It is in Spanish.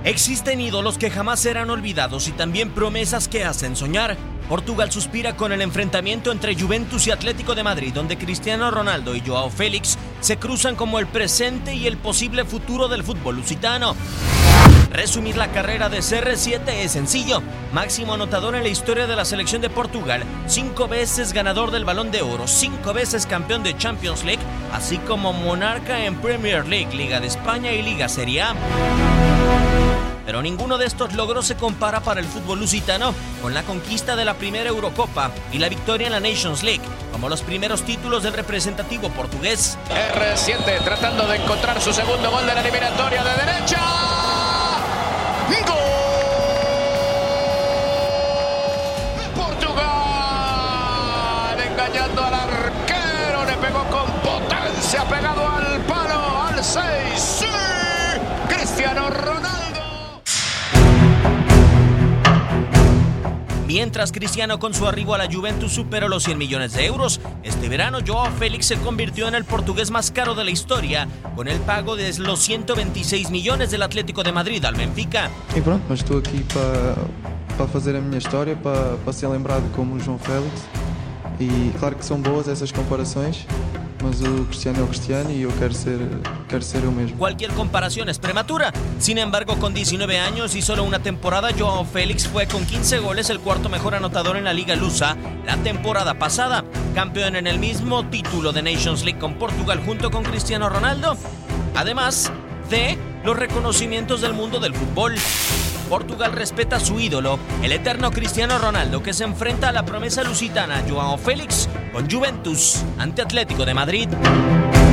Existen ídolos que jamás serán olvidados y también promesas que hacen soñar. Portugal suspira con el enfrentamiento entre Juventus y Atlético de Madrid, donde Cristiano Ronaldo y Joao Félix se cruzan como el presente y el posible futuro del fútbol lusitano. Resumir la carrera de CR7 es sencillo. Máximo anotador en la historia de la selección de Portugal, 5 veces ganador del Balón de Oro, 5 veces campeón de Champions League, así como monarca en Premier League, Liga de España y Liga Serie A. Pero ninguno de estos logros se compara para el fútbol lusitano con la conquista de la primera Eurocopa y la victoria en la Nations League, como los primeros títulos del representativo portugués. R7 tratando de encontrar su segundo gol de la eliminatoria de derecha. ¡Gol! Portugal engañando al arquero, le pegó con potencia, pegado al palo, al 6. ¡Sí! Cristiano Ronaldo. Mientras Cristiano con su arribo a la Juventus superó los 100 millones de euros, este verano Joao Félix se convirtió en el portugués más caro de la historia, con el pago de los 126 millones del Atlético de Madrid al Benfica. E pronto, mas estou aqui para fazer a minha história, para ser lembrado como o João Félix. E claro que são boas essas comparações, mas o Cristiano é o Cristiano y yo quero ser eu mesmo. Cualquier comparación es prematura. Sin embargo, con 19 años y solo una temporada, Joao Félix fue con 15 goles el cuarto mejor anotador en la Liga Lusa la temporada pasada. Campeón en el mismo título de Nations League con Portugal junto con Cristiano Ronaldo. Además de los reconocimientos del mundo del fútbol. Portugal respeta a su ídolo, el eterno Cristiano Ronaldo, que se enfrenta a la promesa lusitana Joao Félix con Juventus ante Atlético de Madrid.